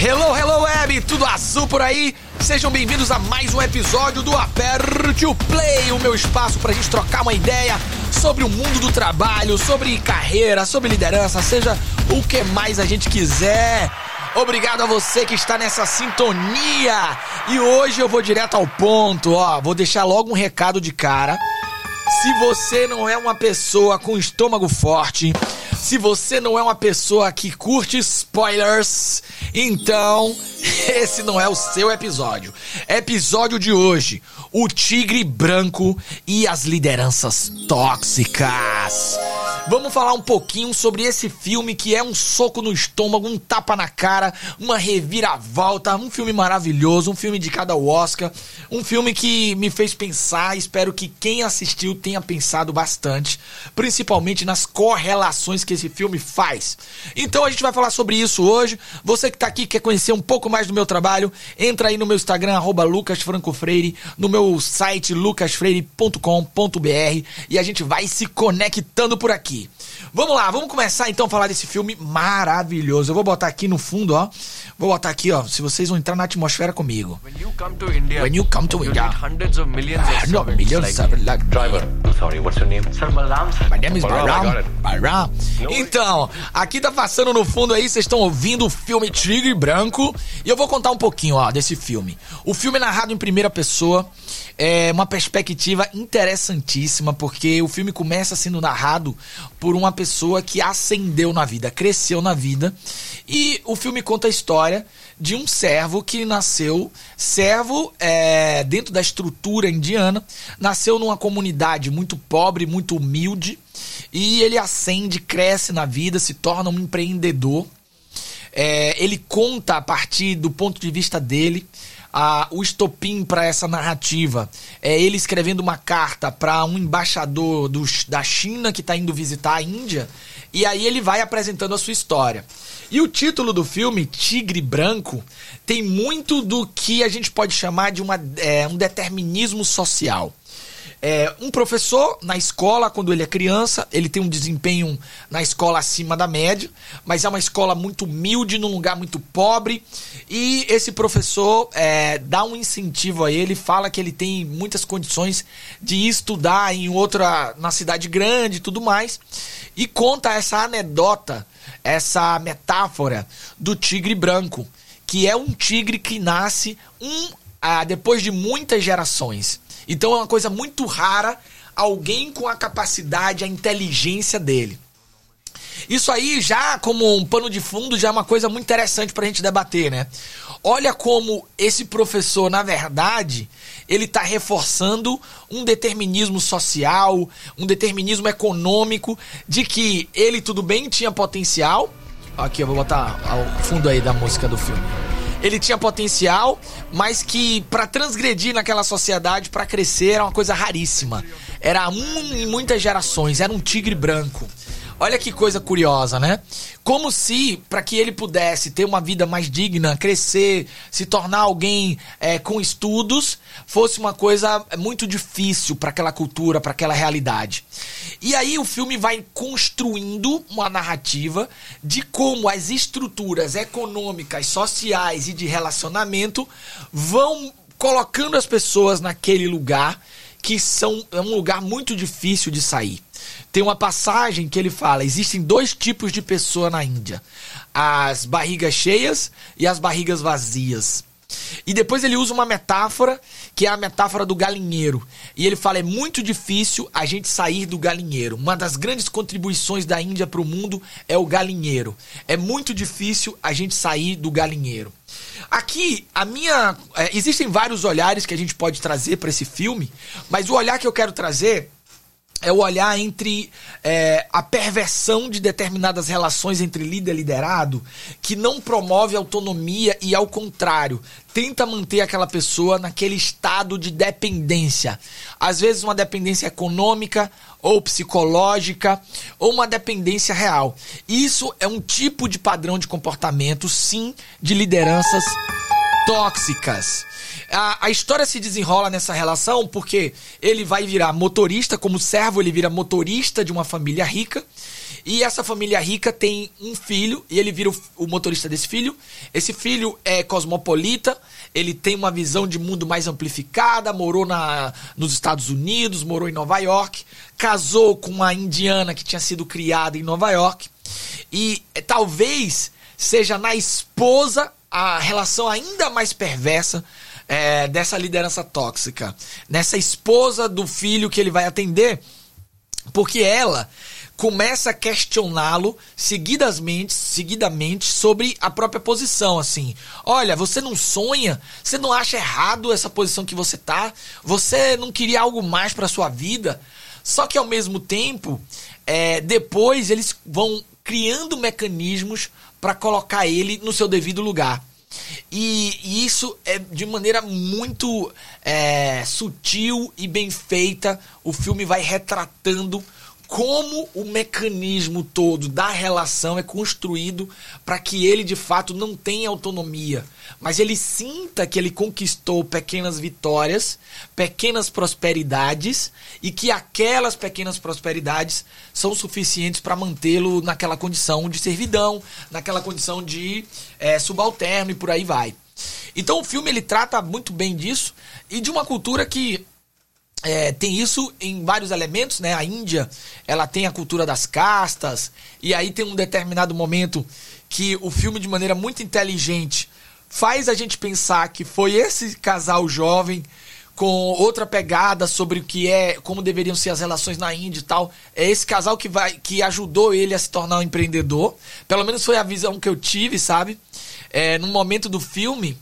Hello, hello web, tudo azul por aí? Sejam bem-vindos a mais um episódio do Aperte o Play, o meu espaço pra gente trocar uma ideia sobre o mundo do trabalho, sobre carreira, sobre liderança, seja o que mais a gente quiser. Obrigado a você que está nessa sintonia. E hoje eu vou direto ao ponto, vou deixar logo um recado de cara. Se você não é uma pessoa com estômago forte, se você não é uma pessoa que curte spoilers, então esse não é o seu episódio. Episódio de hoje, o tigre branco e as lideranças tóxicas. Vamos falar um pouquinho sobre esse filme que é um soco no estômago, um tapa na cara, uma reviravolta, um filme maravilhoso, um filme indicado ao Oscar, um filme que me fez pensar, espero que quem assistiu tenha pensado bastante, principalmente nas correlações que esse filme faz. Então a gente vai falar sobre isso hoje. Você que tá aqui quer conhecer um pouco mais do meu trabalho, entra aí no meu Instagram, @LucasFrancoFreire, no meu site lucasfreire.com.br e a gente vai se conectando por aqui. Vamos lá, vamos começar então a falar desse filme maravilhoso. Eu vou botar aqui no fundo, vou botar aqui, se vocês vão entrar na atmosfera comigo. When you come to India, you need hundreds of millions of servants like driver. Sorry, what's your name? Sir Balram. My name is Balram. Então, aqui tá passando no fundo aí, vocês estão ouvindo o filme Tigre Branco. E eu vou contar um pouquinho, desse filme. O filme é narrado em primeira pessoa. É uma perspectiva interessantíssima, porque o filme começa sendo narrado por uma pessoa que ascendeu na vida, cresceu na vida. E o filme conta a história de um servo que nasceu, dentro da estrutura indiana, nasceu numa comunidade muito pobre, muito humilde, e ele ascende, cresce na vida, se torna um empreendedor. Ele conta a partir do ponto de vista dele. O estopim para essa narrativa é ele escrevendo uma carta para um embaixador da China que está indo visitar a Índia, e aí ele vai apresentando a sua história. E o título do filme, Tigre Branco, tem muito do que a gente pode chamar de um determinismo social. Um professor na escola, quando ele é criança, ele tem um desempenho na escola acima da média, mas é uma escola muito humilde, num lugar muito pobre, e esse professor dá um incentivo a ele, fala que ele tem muitas condições de estudar na cidade grande e tudo mais, e conta essa anedota, essa metáfora do tigre branco, que é um tigre que nasce depois de muitas gerações. Então é uma coisa muito rara, alguém com a capacidade, a inteligência dele. Isso aí já como um pano de fundo já é uma coisa muito interessante pra gente debater, né? Olha como esse professor, na verdade, ele tá reforçando um determinismo social, um determinismo econômico, de que ele, tudo bem, tinha potencial. Aqui eu vou botar ao fundo aí da música do filme. Ele tinha potencial, mas que para transgredir naquela sociedade, para crescer, era uma coisa raríssima. Era em muitas gerações, era um tigre branco. Olha que coisa curiosa, né? Como se, para que ele pudesse ter uma vida mais digna, crescer, se tornar alguém com estudos, fosse uma coisa muito difícil para aquela cultura, para aquela realidade. E aí o filme vai construindo uma narrativa de como as estruturas econômicas, sociais e de relacionamento vão colocando as pessoas naquele lugar que é um lugar muito difícil de sair. Tem uma passagem que ele fala, existem 2 tipos de pessoa na Índia, as barrigas cheias e as barrigas vazias. E depois ele usa uma metáfora, que é a metáfora do galinheiro. E ele fala, é muito difícil a gente sair do galinheiro. Uma das grandes contribuições da Índia para o mundo é o galinheiro. É muito difícil a gente sair do galinheiro. Aqui, existem vários olhares que a gente pode trazer para esse filme, mas o olhar que eu quero trazer é o olhar entre a perversão de determinadas relações entre líder e liderado, que não promove autonomia e, ao contrário, tenta manter aquela pessoa naquele estado de dependência. Às vezes uma dependência econômica ou psicológica ou uma dependência real. Isso é um tipo de padrão de comportamento, sim, de lideranças tóxicas. A história se desenrola nessa relação porque ele vai virar motorista, como servo ele vira motorista de uma família rica, E essa família rica tem um filho, e ele vira o motorista desse filho. Esse filho é cosmopolita, ele tem uma visão de mundo mais amplificada, morou nos Estados Unidos, morou em Nova York, casou com uma indiana que tinha sido criada em Nova York. E talvez seja na esposa a relação ainda mais perversa dessa liderança tóxica. Nessa esposa do filho que ele vai atender, porque ela começa a questioná-lo seguidamente sobre a própria posição, assim. Olha, você não sonha? Você não acha errado essa posição que você tá? Você não queria algo mais para sua vida? Só que ao mesmo tempo, depois eles vão criando mecanismos para colocar ele no seu devido lugar. E isso é de maneira muito sutil e bem feita. O filme vai retratando como o mecanismo todo da relação é construído para que ele de fato não tenha autonomia, mas ele sinta que ele conquistou pequenas vitórias, pequenas prosperidades, e que aquelas pequenas prosperidades são suficientes para mantê-lo naquela condição de servidão, naquela condição de subalterno, e por aí vai. Então o filme ele trata muito bem disso, e de uma cultura que tem isso em vários elementos, né? A Índia, ela tem a cultura das castas, e aí tem um determinado momento que o filme, de maneira muito inteligente, faz a gente pensar que foi esse casal jovem com outra pegada sobre o que como deveriam ser as relações na Índia e tal. É esse casal que ajudou ele a se tornar um empreendedor. Pelo menos foi a visão que eu tive, sabe? No momento do filme,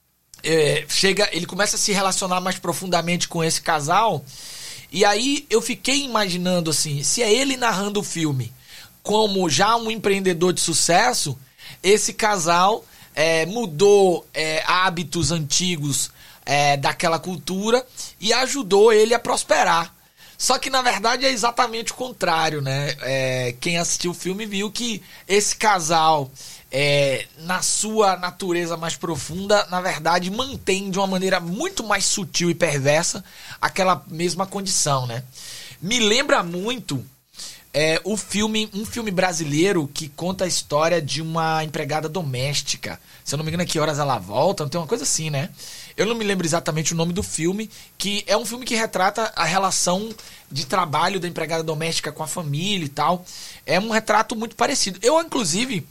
ele começa a se relacionar mais profundamente com esse casal, e aí eu fiquei imaginando assim, se é ele narrando o filme como já um empreendedor de sucesso, esse casal mudou hábitos antigos daquela cultura e ajudou ele a prosperar. Só que na verdade é exatamente o contrário, né? Quem assistiu o filme viu que esse casal, na sua natureza mais profunda, na verdade mantém de uma maneira muito mais sutil e perversa aquela mesma condição, né? Me lembra muito um filme brasileiro que conta a história de uma empregada doméstica. Se eu não me engano, é Que Horas Ela Volta, não tem uma coisa assim, né? Eu não me lembro exatamente o nome do filme, que é um filme que retrata a relação de trabalho da empregada doméstica com a família e tal. É um retrato muito parecido. Eu, inclusive,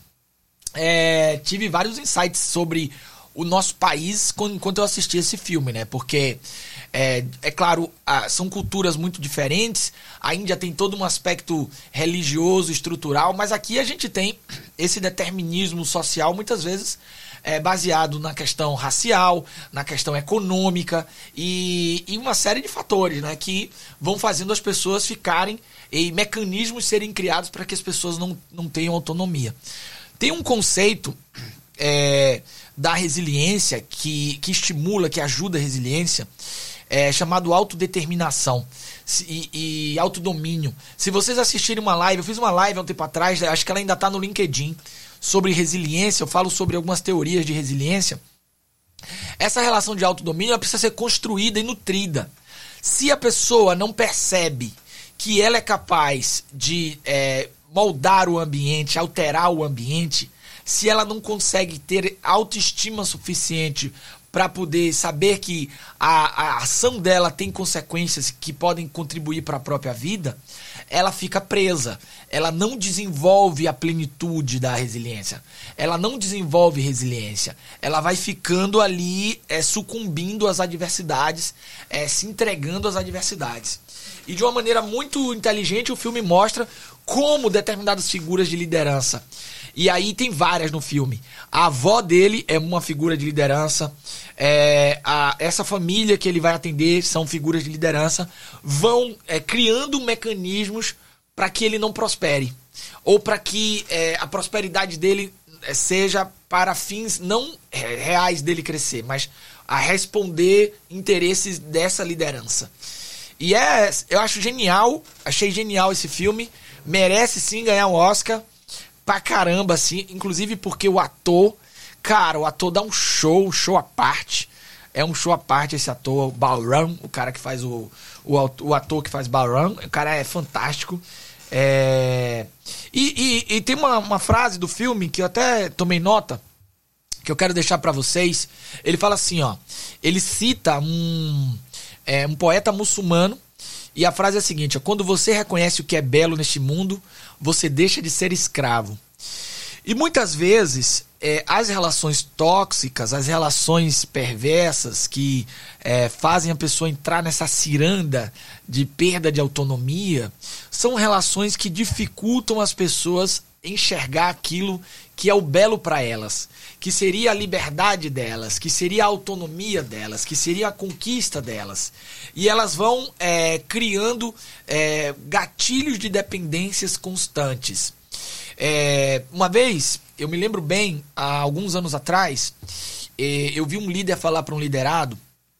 tive vários insights sobre o nosso país enquanto eu assisti esse filme, né? Porque, claro, são culturas muito diferentes. A Índia tem todo um aspecto religioso, estrutural, mas aqui a gente tem esse determinismo social, muitas vezes baseado na questão racial, na questão econômica e uma série de fatores, né, que vão fazendo as pessoas ficarem e mecanismos serem criados para que as pessoas não tenham autonomia. Tem um conceito da resiliência que estimula, que ajuda a resiliência, chamado autodeterminação e autodomínio. Se vocês assistirem uma live, eu fiz uma live há um tempo atrás, acho que ela ainda está no LinkedIn, sobre resiliência. Eu falo sobre algumas teorias de resiliência. Essa relação de autodomínio, ela precisa ser construída e nutrida. Se a pessoa não percebe que ela é capaz de moldar o ambiente, alterar o ambiente, se ela não consegue ter autoestima suficiente para poder saber que a ação dela tem consequências que podem contribuir para a própria vida, ela fica presa. Ela não desenvolve a plenitude da resiliência. Ela não desenvolve resiliência. Ela vai ficando ali, sucumbindo às adversidades, se entregando às adversidades. E de uma maneira muito inteligente, o filme mostra como determinadas figuras de liderança, e aí tem várias no filme. A avó dele é uma figura de liderança. Essa família que ele vai atender são figuras de liderança. Vão criando mecanismos para que ele não prospere. Ou para que a prosperidade dele seja para fins não reais dele crescer, mas a responder interesses dessa liderança. E eu acho genial, achei genial esse filme. Merece sim ganhar um Oscar. Pra caramba, assim, inclusive porque o ator dá um show à parte. É um show à parte esse ator, o Balram, o cara que faz o ator que faz Balram. O cara é fantástico. E tem uma frase do filme que eu até tomei nota, que eu quero deixar pra vocês. Ele fala assim, ó. Ele cita um poeta muçulmano, e a frase é a seguinte, ó: quando você reconhece o que é belo neste mundo, você deixa de ser escravo. E muitas vezes as relações tóxicas, as relações perversas que fazem a pessoa entrar nessa ciranda de perda de autonomia, são relações que dificultam as pessoas enxergar aquilo que é o belo para elas, que seria a liberdade delas, que seria a autonomia delas, que seria a conquista delas. E elas vão criando gatilhos de dependências constantes. Uma vez, eu me lembro bem, há alguns anos atrás, eu vi um líder falar para um liderado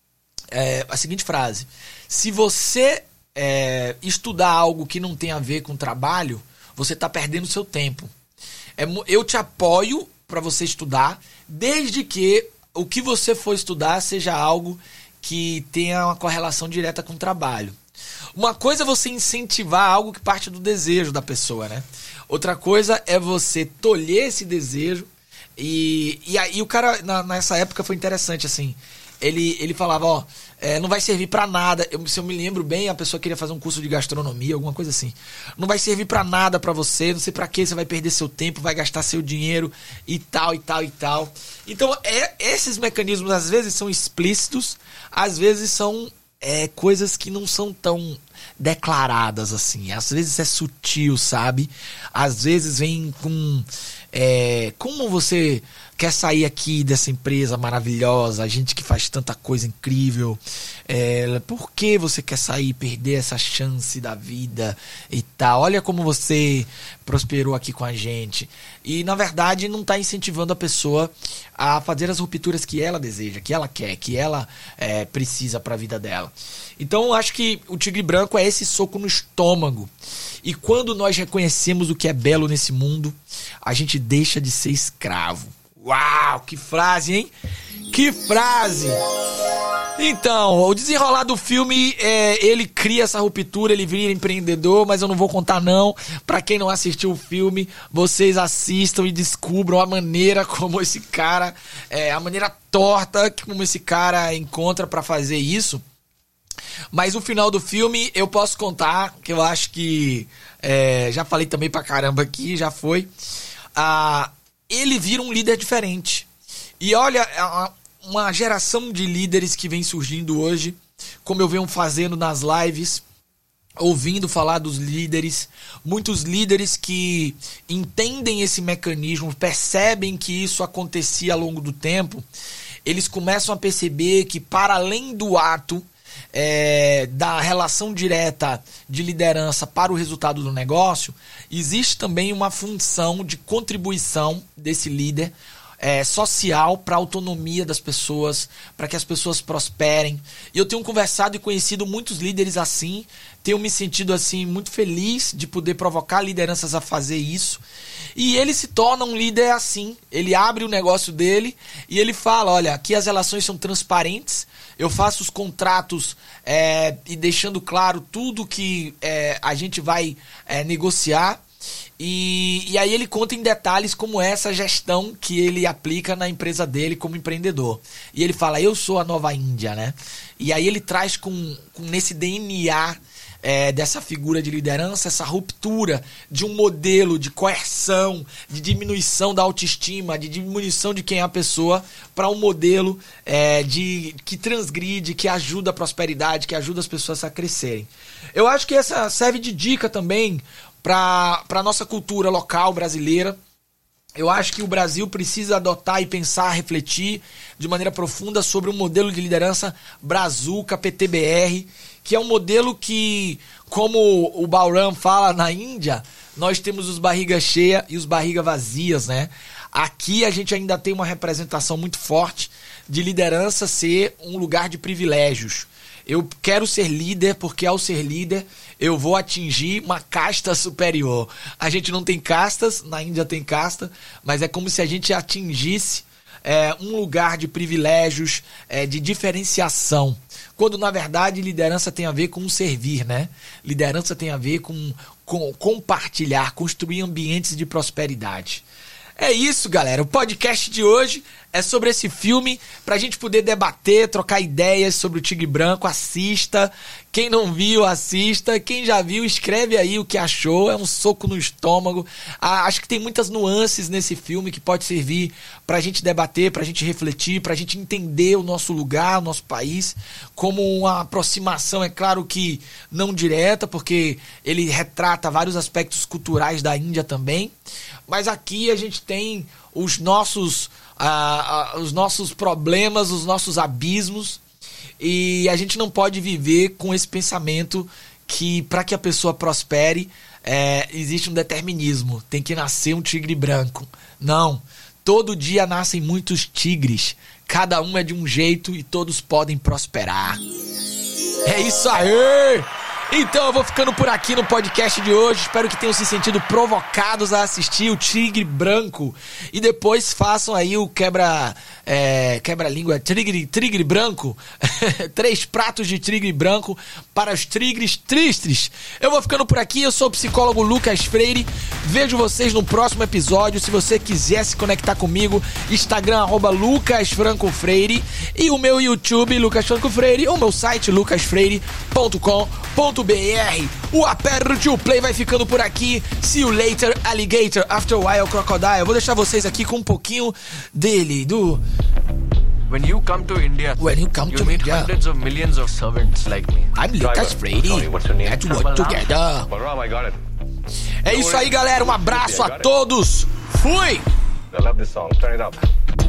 a seguinte frase: se você estudar algo que não tem a ver com trabalho, você está perdendo seu tempo. Eu te apoio para você estudar, desde que o que você for estudar seja algo que tenha uma correlação direta com o trabalho. Uma coisa é você incentivar algo que parte do desejo da pessoa, né? Outra coisa é você tolher esse desejo. E aí o cara, nessa época, foi interessante, assim. Ele falava, ó, não vai servir pra nada. Se eu me lembro bem, a pessoa queria fazer um curso de gastronomia, alguma coisa assim. Não vai servir pra nada pra você, não sei pra que você vai perder seu tempo, vai gastar seu dinheiro e tal, e tal, e tal. Então, esses mecanismos às vezes são explícitos, às vezes são coisas que não são tão declaradas assim. Às vezes é sutil, sabe? Às vezes vem com... como você quer sair aqui dessa empresa maravilhosa, a gente que faz tanta coisa incrível, por que você quer sair e perder essa chance da vida e tal? Olha como você prosperou aqui com a gente. E na verdade não está incentivando a pessoa a fazer as rupturas que ela deseja, que ela quer, que ela precisa para a vida dela. Então eu acho que o tigre branco é esse soco no estômago. E quando nós reconhecemos o que é belo nesse mundo, a gente deixa de ser escravo. Uau, que frase, hein? Que frase! Então, o desenrolar do filme, ele cria essa ruptura, ele vira empreendedor, mas eu não vou contar não. Pra quem não assistiu o filme, vocês assistam e descubram a maneira como esse cara, a maneira torta como esse cara encontra pra fazer isso. Mas o final do filme eu posso contar, que eu acho que já falei também pra caramba aqui, já foi. Ele vira um líder diferente. E olha, uma geração de líderes que vem surgindo hoje, como eu venho fazendo nas lives, ouvindo falar dos líderes, muitos líderes que entendem esse mecanismo, percebem que isso acontecia ao longo do tempo, eles começam a perceber que para além do ato da relação direta de liderança para o resultado do negócio, existe também uma função de contribuição desse líder social para a autonomia das pessoas, para que as pessoas prosperem. E eu tenho conversado e conhecido muitos líderes assim, tenho me sentido assim muito feliz de poder provocar lideranças a fazer isso. E ele se torna um líder assim, ele abre o negócio dele e ele fala, olha, aqui as relações são transparentes, eu faço os contratos e deixando claro tudo que a gente vai negociar. E aí ele conta em detalhes como é essa gestão que ele aplica na empresa dele como empreendedor. E ele fala, eu sou a nova Índia, né? E aí ele traz com nesse DNA dessa figura de liderança, essa ruptura de um modelo de coerção, de diminuição da autoestima, de diminuição de quem é a pessoa, para um modelo que transgride, que ajuda a prosperidade, que ajuda as pessoas a crescerem. Eu acho que essa serve de dica também para a nossa cultura local brasileira. Eu acho que o Brasil precisa adotar e pensar, refletir de maneira profunda sobre um modelo de liderança Brazuca, PTBR, que é um modelo que, como o Balram fala na Índia, nós temos os barriga cheia e os barriga vazias, né? Aqui a gente ainda tem uma representação muito forte de liderança ser um lugar de privilégios. Eu quero ser líder porque ao ser líder eu vou atingir uma casta superior. A gente não tem castas, na Índia tem casta, mas é como se a gente atingisse um lugar de privilégios, de diferenciação. Quando na verdade liderança tem a ver com servir, né? Liderança tem a ver com compartilhar, construir ambientes de prosperidade. É isso, galera. O podcast de hoje é sobre esse filme, pra gente poder debater, trocar ideias sobre o Tigre Branco. Assista. Quem não viu, assista. Quem já viu, escreve aí o que achou. É um soco no estômago. Acho que tem muitas nuances nesse filme que pode servir pra gente debater, pra gente refletir, pra gente entender o nosso lugar, o nosso país, como uma aproximação, é claro que não direta, porque ele retrata vários aspectos culturais da Índia também. Mas aqui a gente tem os nossos problemas, os nossos abismos, e a gente não pode viver com esse pensamento que para que a pessoa prospere existe um determinismo, tem que nascer um tigre branco. Não, todo dia nascem muitos tigres, cada um é de um jeito e todos podem prosperar. É isso aí! Então eu vou ficando por aqui no podcast de hoje. Espero que tenham se sentido provocados a assistir o Tigre Branco. E depois façam aí o quebra-língua tigre branco. 3 pratos de tigre branco para os tigres tristes. Eu vou ficando por aqui. Eu sou o psicólogo Lucas Freire. Vejo vocês no próximo episódio. Se você quiser se conectar comigo, Instagram @LucasFrancoFreire e o meu YouTube Lucas Franco Freire, ou meu site lucasfreire.com.br. O Aperte o Play vai ficando por aqui. See you later, alligator. After a while, crocodile. Vou deixar vocês aqui com um pouquinho dele, do... When you come to India, you meet hundreds of millions of servants like me. I'm Lucas Freire. Let's work together. É isso aí, galera. Um abraço a todos. Fui! I love this song. Turn it up.